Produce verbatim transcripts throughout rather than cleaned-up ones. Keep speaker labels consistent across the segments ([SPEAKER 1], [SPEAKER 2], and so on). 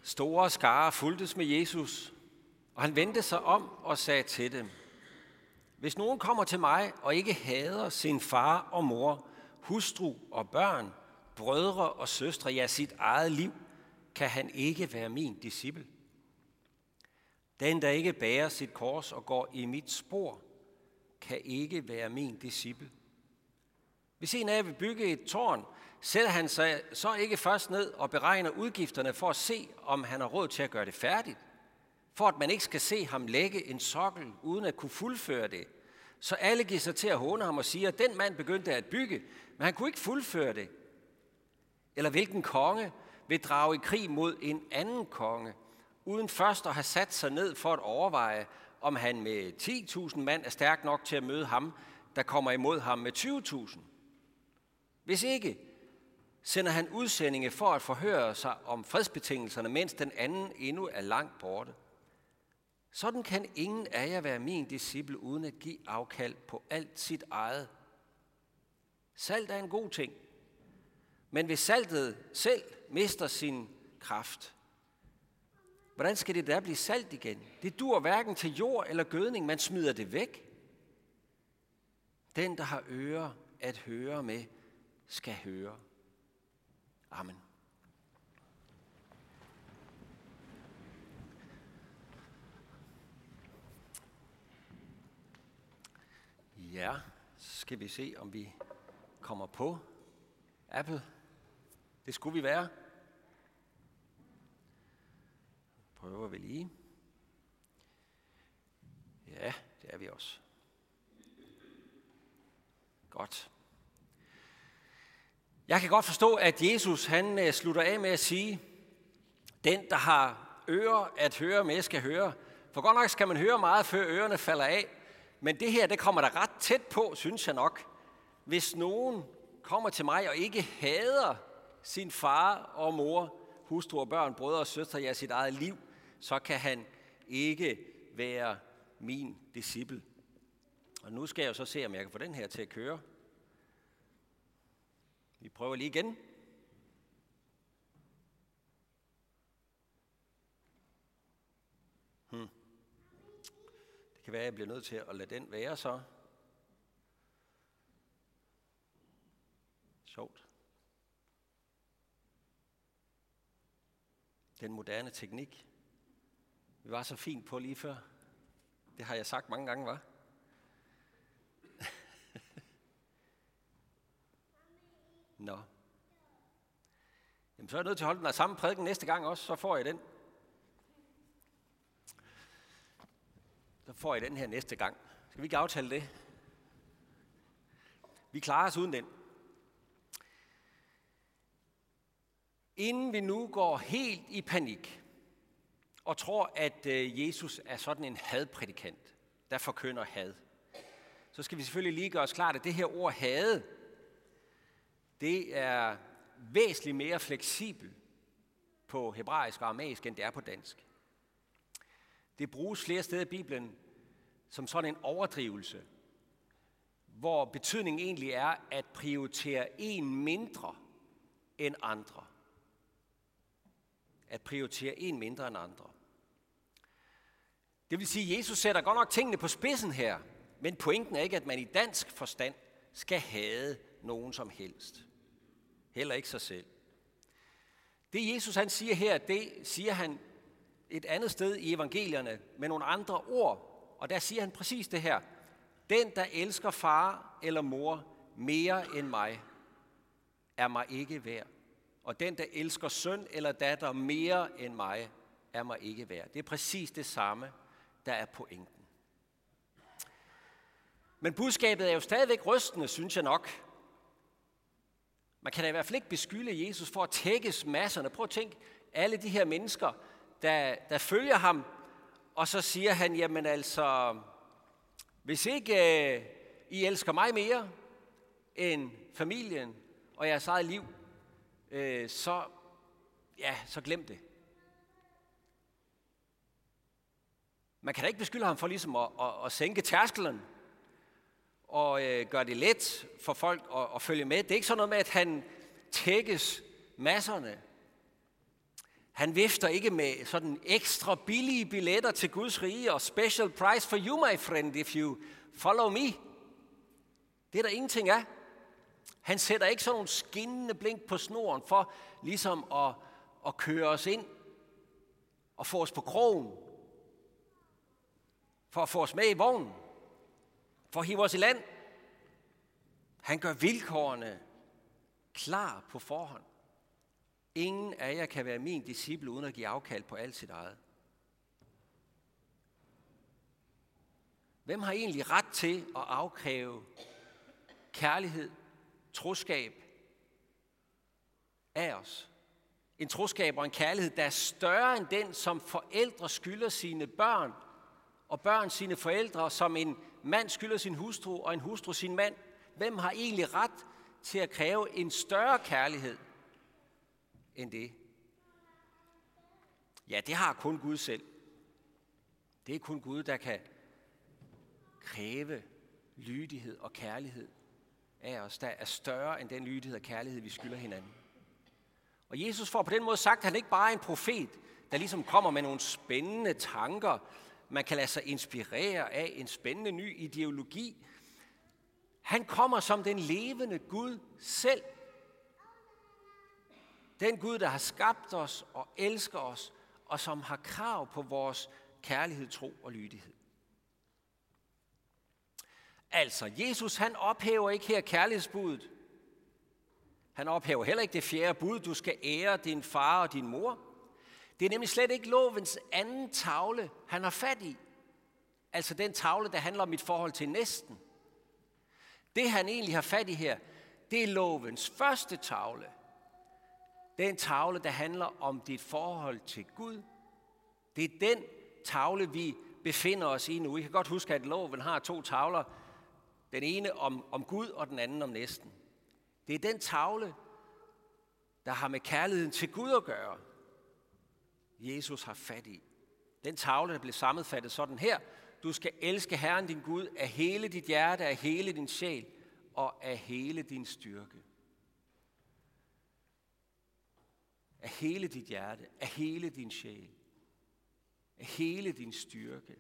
[SPEAKER 1] Store skarer fulgtes med Jesus, og han vendte sig om og sagde til dem: Hvis nogen kommer til mig og ikke hader sin far og mor, hustru og børn, brødre og søstre, ja, sit eget liv, kan han ikke være min disciple. Den, der ikke bærer sit kors og går i mit spor, kan ikke være min disciple. Hvis en af jer vil bygge et tårn, sætter han sig så ikke først ned og beregner udgifterne for at se, om han har råd til at gøre det færdigt, for at man ikke skal se ham lægge en sokkel uden at kunne fuldføre det. Så alle giver sig til at håne ham og siger, at den mand begyndte at bygge, men han kunne ikke fuldføre det. Eller hvilken konge vil drage i krig mod en anden konge, uden først at have sat sig ned for at overveje, om han med ti tusind mand er stærk nok til at møde ham, der kommer imod ham med tyve tusind. Hvis ikke, sender han udsendinge for at forhøre sig om fredsbetingelserne, mens den anden endnu er langt borte. Sådan kan ingen af jer være min disciple, uden at give afkald på alt sit eget. Salt er en god ting, men hvis saltet selv mister sin kraft, hvordan skal det da blive salt igen? Det dur hverken til jord eller gødning, man smider det væk. Den, der har ører at høre med, skal høre. Amen. Ja, så skal vi se, om vi kommer på Apple. Det skulle vi være. Prøver vi lige. Ja, det er vi også. Godt. Jeg kan godt forstå, at Jesus han slutter af med at sige, den, der har ører at høre med, skal høre. For godt nok skal man høre meget, før ørerne falder af. Men det her, det kommer der ret tæt på, synes jeg nok. Hvis nogen kommer til mig og ikke hader sin far og mor, hustru og børn, brødre og søstre, ja, sit eget liv, så kan han ikke være min disciple. Og nu skal jeg jo så se, om jeg kan få den her til at køre. Vi prøver lige igen. Hmm. Det kan være, at jeg bliver nødt til at lade den være så. Sjovt. Den moderne teknik. Vi var så fint på lige før. Det har jeg sagt mange gange, hva'? Nå. Jamen, så er jeg nødt til at holde den af samme prædiken næste gang også, så får jeg den. Så får jeg den her næste gang. Skal vi ikke aftale det? Vi klarer os uden den. Inden vi nu går helt i panik og tror, at Jesus er sådan en hadprædikant, der forkynder had, så skal vi selvfølgelig lige gøre os klart, at det her ord hade, det er væsentligt mere fleksibel på hebraisk og aramæisk, end det er på dansk. Det bruges flere steder i Bibelen som sådan en overdrivelse, hvor betydningen egentlig er at prioritere en mindre end andre. At prioritere en mindre end andre. Det vil sige, at Jesus sætter godt nok tingene på spidsen her, men pointen er ikke, at man i dansk forstand skal hade nogen som helst. Heller ikke sig selv. Det Jesus han siger her, det siger han et andet sted i evangelierne med nogle andre ord. Og der siger han præcis det her. Den, der elsker far eller mor mere end mig, er mig ikke værd. Og den, der elsker søn eller datter mere end mig, er mig ikke værd. Det er præcis det samme, der er pointen. Men budskabet er jo stadigvæk rystende, synes jeg nok. Man kan da i hvert fald ikke beskylde Jesus for at tækkes masserne. Prøv at tænke, alle de her mennesker, der, der følger ham, og så siger han, jamen altså, hvis ikke øh, I elsker mig mere end familien og jeres eget liv, øh, så, ja, så glem det. Man kan da ikke beskylde ham for ligesom at, at, at sænke tærskelen og øh, gøre det let for folk at, at følge med. Det er ikke sådan noget med, at han tækkes masserne. Han vifter ikke med sådan ekstra billige billetter til Guds rige og special price for you, my friend, if you follow me. Det er der ingenting af. Han sætter ikke sådan nogle skinnende blink på snoren for ligesom at, at køre os ind og få os på krogen. For at få os med i vognen. For at hive os i land. Han gør vilkårene klar på forhånd. Ingen af jer kan være min disciple uden at give afkald på alt sit eget. Hvem har egentlig ret til at afkræve kærlighed, troskab af os? En troskab og en kærlighed, der er større end den, som forældre skylder sine børn, og børn sine forældre, som en mand skylder sin hustru, og en hustru sin mand. Hvem har egentlig ret til at kræve en større kærlighed end det? Ja, det har kun Gud selv. Det er kun Gud, der kan kræve lydighed og kærlighed af os, der er større end den lydighed og kærlighed, vi skylder hinanden. Og Jesus får på den måde sagt, at han ikke bare er en profet, der ligesom kommer med nogle spændende tanker, man kan lade sig inspirere af en spændende ny ideologi. Han kommer som den levende Gud selv. Den Gud, der har skabt os og elsker os, og som har krav på vores kærlighed, tro og lydighed. Altså, Jesus han ophæver ikke her kærlighedsbudet. Han ophæver heller ikke det fjerde bud, du skal ære din far og din mor. Det er nemlig slet ikke lovens anden tavle, han har fat i. Altså den tavle, der handler om mit forhold til næsten. Det han egentlig har fat i her, det er lovens første tavle. Den tavle, der handler om dit forhold til Gud. Det er den tavle, vi befinder os i nu. I kan godt huske, at loven har to tavler. Den ene om, om Gud, og den anden om næsten. Det er den tavle, der har med kærligheden til Gud at gøre. Jesus har fat i. Den tavle, der blev sammenfattet sådan her. Du skal elske Herren din Gud af hele dit hjerte, af hele din sjæl og af hele din styrke. Af hele dit hjerte, af hele din sjæl, af hele din styrke.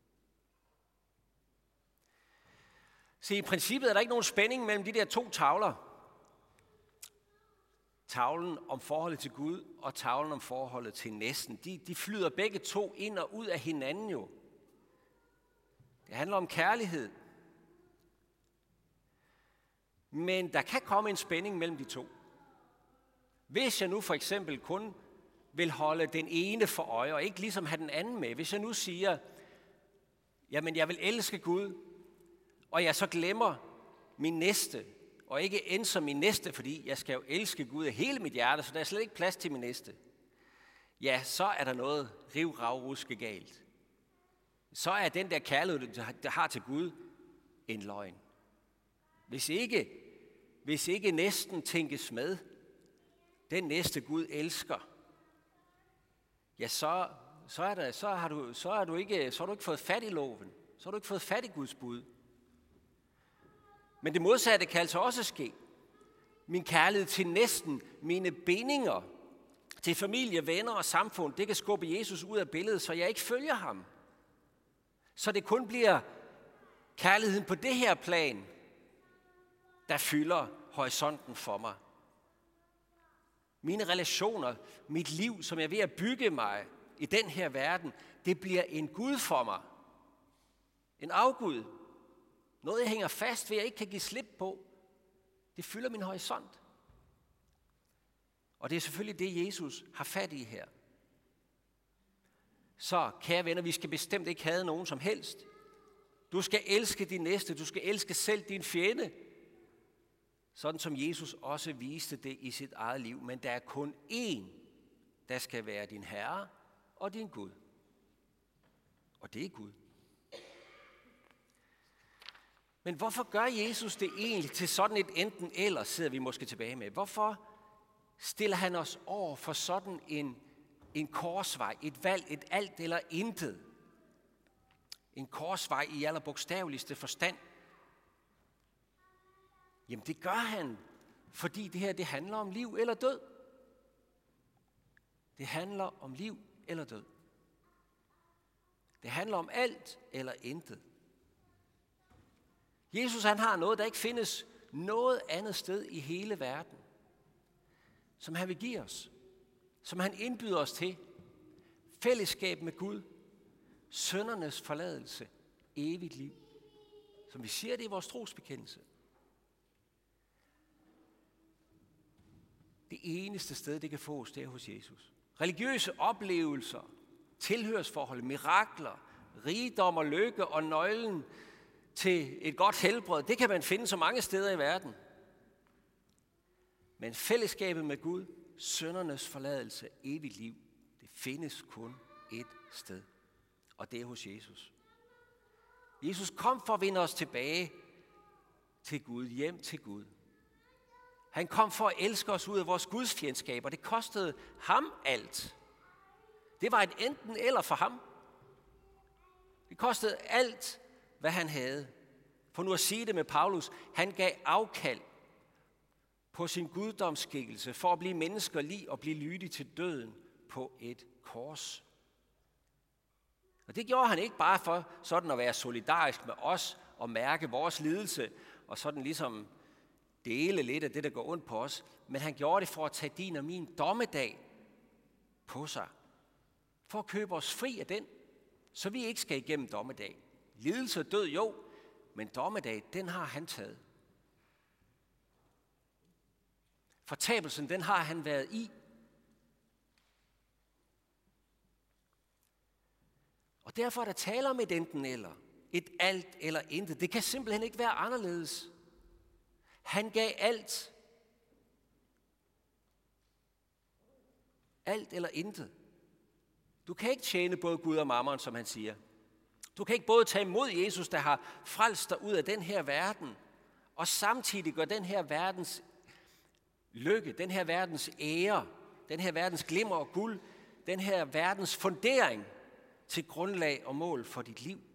[SPEAKER 1] Se, i princippet er der ikke nogen spænding mellem de der to tavler. Tavlen om forholdet til Gud og tavlen om forholdet til næsten. De, de flyder begge to ind og ud af hinanden jo. Det handler om kærlighed. Men der kan komme en spænding mellem de to. Hvis jeg nu for eksempel kun vil holde den ene for øje, og ikke ligesom have den anden med. Hvis jeg nu siger, jamen jeg vil elske Gud, og jeg så glemmer min næste, og ikke end som min næste, fordi jeg skal jo elske Gud af hele mit hjerte, så der er slet ikke plads til min næste. Ja, så er der noget riv-rav-ruske galt. Så er den der kærlighed, der har til Gud, en løgn. Hvis ikke, hvis ikke næsten tænkes med, den næste Gud elsker, ja, så, så, er der, så, har du, så, er du ikke, så har du ikke fået fat i loven. Så har du ikke fået fat i Guds bud. Men det modsatte kan altså også ske. Min kærlighed til næsten, mine bindinger til familie, venner og samfund, det kan skubbe Jesus ud af billedet, så jeg ikke følger ham. Så det kun bliver kærligheden på det her plan, der fylder horisonten for mig. Mine relationer, mit liv, som jeg er ved at bygge mig i den her verden, det bliver en Gud for mig. En afgud. Noget, jeg hænger fast ved, jeg ikke kan give slip på. Det fylder min horisont. Og det er selvfølgelig det, Jesus har fat i her. Så, kære venner, vi skal bestemt ikke have nogen som helst. Du skal elske din næste, du skal elske selv din fjende. Sådan som Jesus også viste det i sit eget liv. Men der er kun én, der skal være din Herre og din Gud. Og det er Gud. Men hvorfor gør Jesus det egentlig til sådan et enten eller, sidder vi måske tilbage med? Hvorfor stiller han os over for sådan en, en korsvej, et valg, et alt eller intet? En korsvej i allerbogstaveligste forstand. Jamen det gør han, fordi det her det handler om liv eller død. Det handler om liv eller død. Det handler om alt eller intet. Jesus han har noget, der ikke findes noget andet sted i hele verden, som han vil give os, som han indbyder os til. Fællesskab med Gud, syndernes forladelse, evigt liv. Som vi siger det i vores trosbekendelse. Det eneste sted, det kan fås, det er hos Jesus. Religiøse oplevelser, tilhørsforhold, mirakler, rigdom og lykke og nøglen til et godt helbred, det kan man finde så mange steder i verden. Men fællesskabet med Gud, syndernes forladelse, evigt liv, det findes kun et sted. Og det er hos Jesus. Jesus kom for at vinde os tilbage til Gud, hjem til Gud. Han kom for at elske os ud af vores gudsfjendskab, og det kostede ham alt. Det var et enten eller for ham. Det kostede alt, hvad han havde. For nu at sige det med Paulus, han gav afkald på sin guddomsskikkelse for at blive menneskerlig og blive lydig til døden på et kors. Og det gjorde han ikke bare for sådan at være solidarisk med os og mærke vores lidelse og sådan ligesom dele lidt af det, der går ondt på os. Men han gjorde det for at tage din og min dommedag på sig. For at købe os fri af den, så vi ikke skal igennem dommedag. Lidelse og død, jo, men dommedag, den har han taget. Fortabelsen, den har han været i. Og derfor er der tale om et enten eller. Et alt eller intet. Det kan simpelthen ikke være anderledes. Han gav alt. Alt eller intet. Du kan ikke tjene både Gud og mammon, som han siger. Du kan ikke både tage imod Jesus, der har frelst dig ud af den her verden, og samtidig gøre den her verdens lykke, den her verdens ære, den her verdens glimmer og guld, den her verdens fundering til grundlag og mål for dit liv.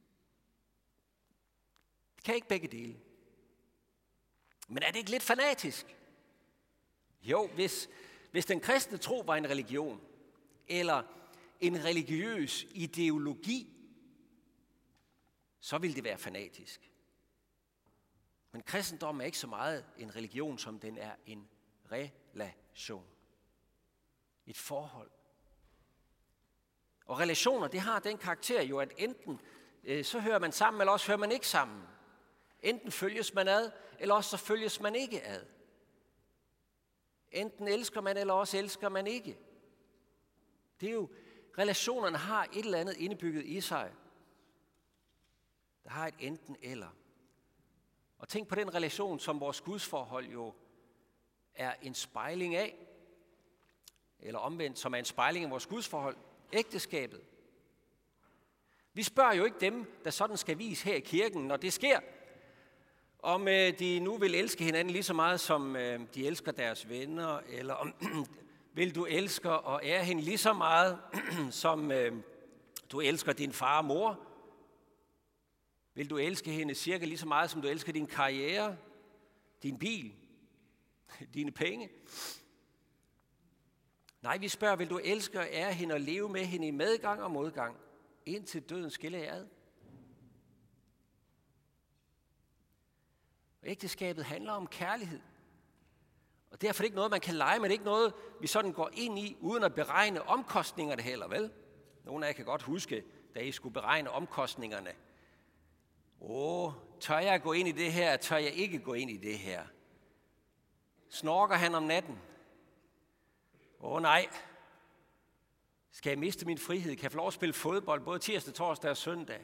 [SPEAKER 1] Det kan ikke begge dele. Men er det ikke lidt fanatisk? Jo, hvis, hvis den kristne tro var en religion, eller en religiøs ideologi, så ville det være fanatisk. Men kristendom er ikke så meget en religion, som den er en relation. Et forhold. Og relationer, det har den karakter jo, at enten øh, så hører man sammen, eller også hører man ikke sammen. Enten følges man ad, eller også så følges man ikke ad. Enten elsker man, eller også elsker man ikke. Det er jo, relationerne har et eller andet indebygget i sig. Der har et enten eller. Og tænk på den relation, som vores gudsforhold jo er en spejling af, eller omvendt, som er en spejling af vores gudsforhold, ægteskabet. Vi spørger jo ikke dem, der sådan skal vise her i kirken, når det sker, om øh, de nu vil elske hinanden lige så meget, som øh, de elsker deres venner, eller om vil du elske og ære hende lige så meget, som øh, du elsker din far og mor? Vil du elske hende cirka lige så meget, som du elsker din karriere, din bil, dine penge? Nej, vi spørger, vil du elske og ære hende og leve med hende i medgang og modgang, indtil døden skiller jer ad? Og ægteskabet handler om kærlighed. Og derfor er det ikke noget, man kan lege med. Det er ikke noget, vi sådan går ind i, uden at beregne omkostningerne heller, vel? Nogle af jer kan godt huske, da I skulle beregne omkostningerne. Åh, tør jeg gå ind i det her, tør jeg ikke gå ind i det her? Snorker han om natten? Åh nej, skal jeg miste min frihed? Kan jeg få lov at spille fodbold både tirsdag, torsdag og søndag?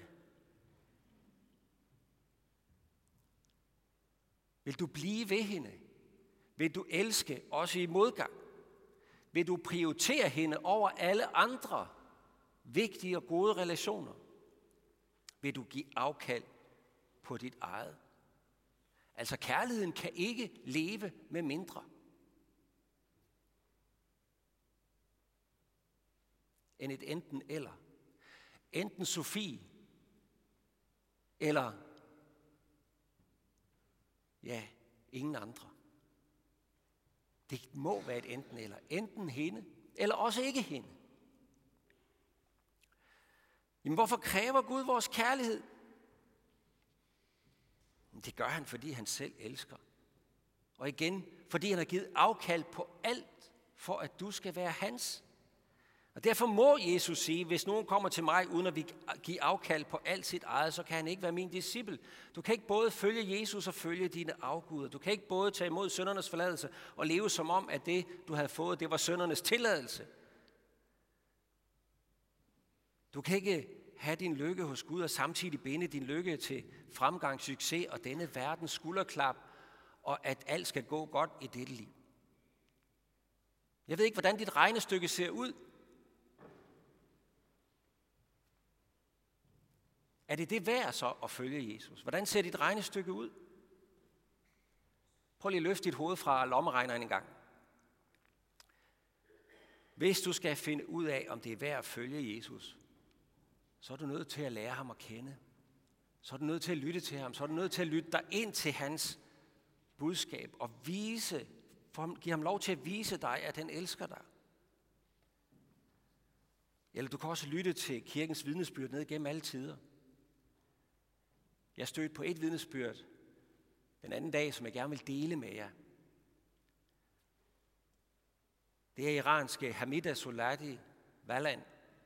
[SPEAKER 1] Vil du blive ved hende? Vil du elske også i modgang? Vil du prioritere hende over alle andre vigtige og gode relationer? Vil du give afkald på dit eget? Altså kærligheden kan ikke leve med mindre end et enten eller. Enten Sofie eller ja, ingen andre. Det må være et enten eller. Enten hende eller også ikke hende. Jamen, hvorfor kræver Gud vores kærlighed? Det gør han, fordi han selv elsker. Og igen, fordi han har givet afkald på alt, for at du skal være hans. Og derfor må Jesus sige, hvis nogen kommer til mig, uden at give afkald på alt sit eget, så kan han ikke være min disciple. Du kan ikke både følge Jesus og følge dine afguder. Du kan ikke både tage imod syndernes forladelse og leve som om, at det, du havde fået, det var syndernes tilladelse. Du kan ikke have din lykke hos Gud og samtidig binde din lykke til fremgang, succes og denne verdens skulderklap, og at alt skal gå godt i dette liv. Jeg ved ikke, hvordan dit regnestykke ser ud. Er det det værd så at følge Jesus? Hvordan ser dit regnestykke ud? Prøv lige at løfte dit hoved fra lommeregneren en gang. Hvis du skal finde ud af, om det er værd at følge Jesus, så er du nødt til at lære ham at kende. Så er du nødt til at lytte til ham. Så er du nødt til at lytte dig ind til hans budskab og vise, give ham lov til at vise dig, at han elsker dig. Eller du kan også lytte til kirkens vidnesbyrd ned gennem alle tider. Jeg stødte på et vidnesbyrd den anden dag, som jeg gerne vil dele med jer. Det er iranske Hamida Solati Valan.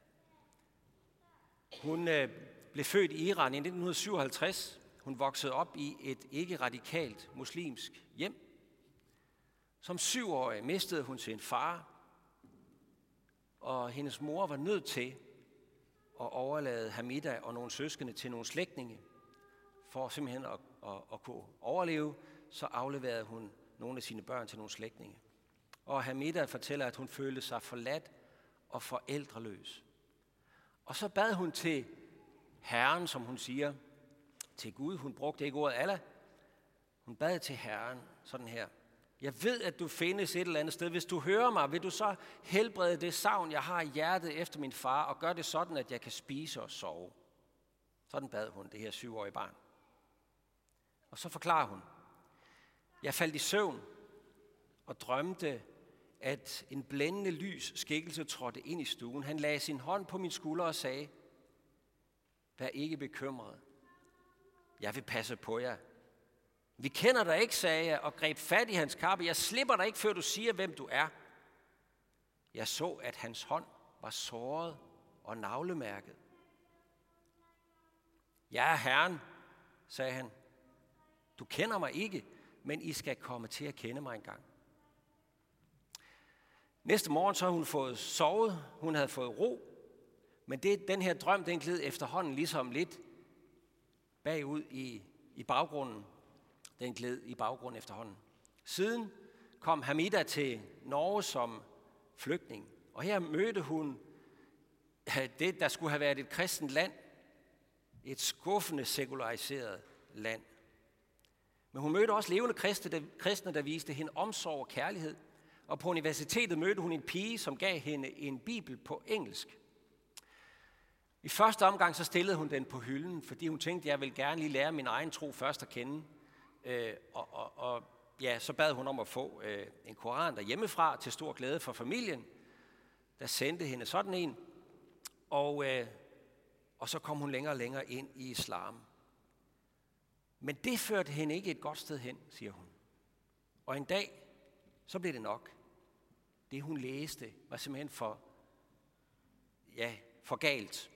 [SPEAKER 1] Hun øh, blev født i Iran i nitten syvoghalvtreds. Hun voksede op i et ikke-radikalt muslimsk hjem. Som syvårig mistede hun sin far, og hendes mor var nødt til at overlade Hamida og nogle søskende til nogle slægtninge. For simpelthen at, at, at kunne overleve, så afleverede hun nogle af sine børn til nogle slægtninge. Og Hamida fortæller, at hun følte sig forladt og forældreløs. Og så bad hun til Herren, som hun siger, til Gud. Hun brugte ikke ordet Allah. Hun bad til Herren sådan her. Jeg ved, at du findes et eller andet sted. Hvis du hører mig, vil du så helbrede det savn, jeg har i hjertet efter min far, og gøre det sådan, at jeg kan spise og sove. Sådan bad hun, det her syvårige barn. Og så forklarer hun. Jeg faldt i søvn og drømte, at en blændende lys skikkelse trådte ind i stuen. Han lagde sin hånd på min skulder og sagde, vær ikke bekymret. Jeg vil passe på jer. Vi kender dig ikke, sagde jeg, og greb fat i hans kappe. Jeg slipper dig ikke, før du siger, hvem du er. Jeg så, at hans hånd var såret og navlemærket. Jeg er Herren, sagde han. Du kender mig ikke, men I skal komme til at kende mig engang. Næste morgen så havde hun fået sovet, hun havde fået ro, men det, den her drøm, den gled efterhånden ligesom lidt bagud i, i baggrunden. Den gled i baggrunden efterhånden. Siden kom Hamida til Norge som flygtning, og her mødte hun det, der skulle have været et kristent land, et skuffende sekulariseret land. Men hun mødte også levende kristne, der viste hende omsorg og kærlighed. Og på universitetet mødte hun en pige, som gav hende en bibel på engelsk. I første omgang så stillede hun den på hylden, fordi hun tænkte, at jeg vil gerne lige lære min egen tro først at kende. Øh, og, og, og ja, så bad hun om at få øh, en koran derhjemmefra til stor glæde for familien. Der sendte hende sådan en, og, øh, og så kom hun længere og længere ind i islam. Men det førte hende ikke et godt sted hen, siger hun. Og en dag, så blev det nok. Det hun læste var simpelthen for, ja, for galt.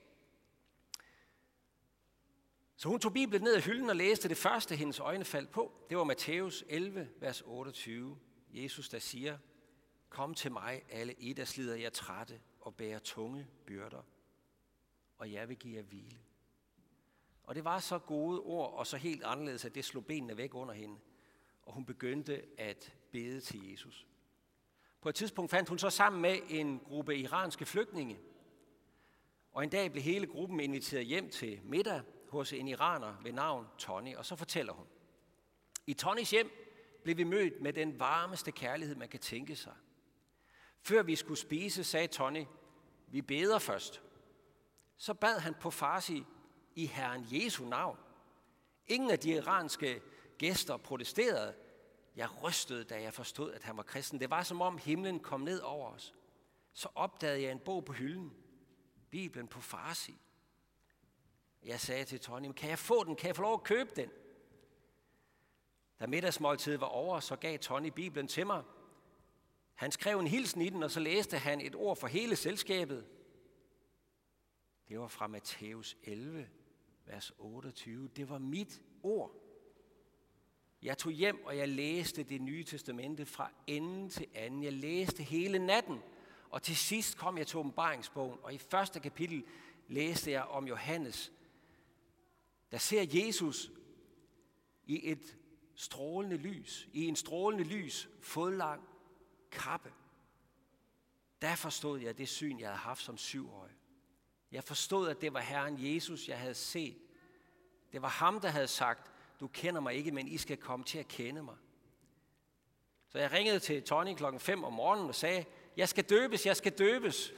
[SPEAKER 1] Så hun tog Bibelen ned af hylden og læste det første, hendes øjne faldt på. Det var Matthæus elleve, vers otteogtyve. Jesus, der siger, kom til mig, alle I, der slider jer trætte og bærer tunge byrder, og jeg vil give jer hvile. Og det var så gode ord, og så helt anderledes, at det slog benene væk under hende. Og hun begyndte at bede til Jesus. På et tidspunkt fandt hun så sammen med en gruppe iranske flygtninge. Og en dag blev hele gruppen inviteret hjem til middag hos en iraner ved navn Tony. Og så fortæller hun. I Tonys hjem blev vi mødt med den varmeste kærlighed, man kan tænke sig. Før vi skulle spise, sagde Tony, vi beder først. Så bad han på farsi i Herren Jesu navn. Ingen af de iranske gæster protesterede. Jeg rystede, da jeg forstod, at han var kristen. Det var som om himlen kom ned over os. så opdagede jeg en bog på hylden. Bibelen på farsi. Jeg sagde til Tony, kan jeg få den? Kan jeg få lov at købe den? Da middagsmåltidet var over, så gav Tony Bibelen til mig. Han skrev en hilsen i den, og så læste han et ord for hele selskabet. Det var fra Matthæus elleve, vers otteogtyve. Det var mit ord. Jeg tog hjem, og jeg læste det nye testamente fra ende til anden. Jeg læste hele natten, og til sidst kom jeg til åbenbaringsbogen, og i første kapitel læste jeg om Johannes, der ser Jesus i et strålende lys, i en strålende lys, fodlang kappe. Der forstod jeg det syn, jeg havde haft som syvårig. Jeg forstod, at det var Herren Jesus, jeg havde set. Det var ham, der havde sagt, du kender mig ikke, men I skal komme til at kende mig. Så jeg ringede til Tony klokken fem om morgenen og sagde, jeg skal døbes, jeg skal døbes.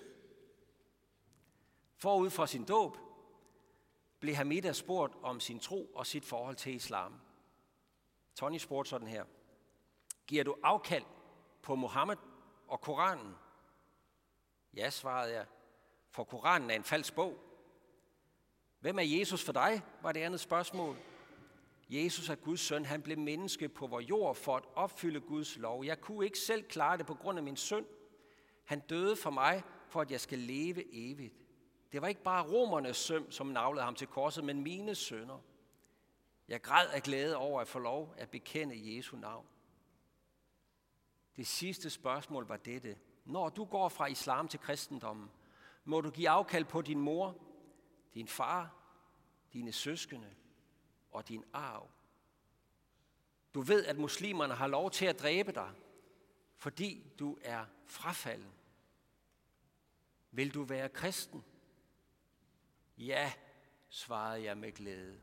[SPEAKER 1] Forud for sin dåb blev Hamida spurgt om sin tro og sit forhold til islam. Tony spurgte sådan her, giver du afkald på Mohammed og Koranen? Ja, svarede jeg, for Koranen er en falsk bog. Hvem er Jesus for dig, var det andet spørgsmål. Jesus er Guds søn, han blev menneske på vor jord for at opfylde Guds lov. Jeg kunne ikke selv klare det på grund af min synd. Han døde for mig, for at jeg skal leve evigt. Det var ikke bare romernes synd, som naglede ham til korset, men mine synder. Jeg græd af glæde over at få lov at bekende Jesu navn. Det sidste spørgsmål var dette. Når du går fra islam til kristendommen, må du give afkald på din mor, din far, dine søskende og din arv. Du ved, at muslimerne har lov til at dræbe dig, fordi du er frafalden. Vil du være kristen? Ja, svarede jeg med glæde.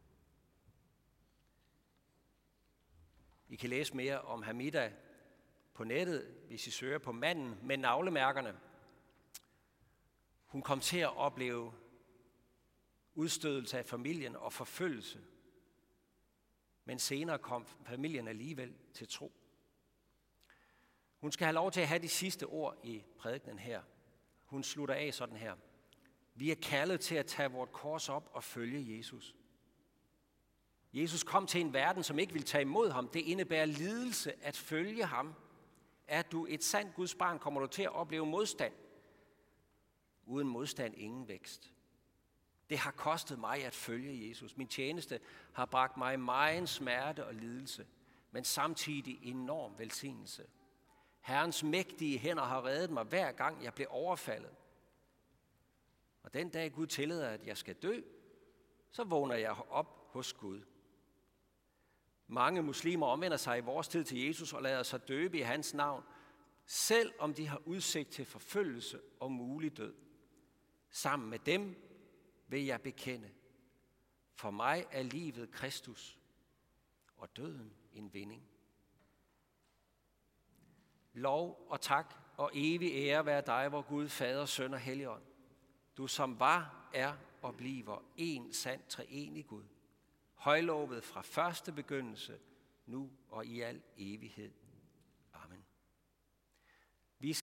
[SPEAKER 1] I kan læse mere om Hamida på nettet, hvis I søger på manden med navlemærkerne. Hun kom til at opleve udstødelse af familien og forfølgelse. Men senere kom familien alligevel til tro. Hun skal have lov til at have de sidste ord i prædikenen her. Hun slutter af sådan her. Vi er kaldet til at tage vort kors op og følge Jesus. Jesus kom til en verden, som ikke vil tage imod ham. Det indebærer lidelse at følge ham. Er du et sandt Guds barn, kommer du til at opleve modstand. Uden modstand ingen vækst. Det har kostet mig at følge Jesus. Min tjeneste har bragt mig megen smerte og lidelse, men samtidig enorm velsignelse. Herrens mægtige hænder har reddet mig hver gang jeg blev overfaldet. Og den dag Gud tillader, at jeg skal dø, så vågner jeg op hos Gud. Mange muslimer omvender sig i vores tid til Jesus og lader sig døbe i hans navn, selv om de har udsigt til forfølgelse og mulig død. Sammen med dem vil jeg bekende. For mig er livet Kristus, og døden en vinding. Lov og tak og evig ære være dig, vor Gud, Fader, Søn og Helligånd. Du som var, er og bliver en sand treenig Gud. Højlovet fra første begyndelse, nu og i al evighed.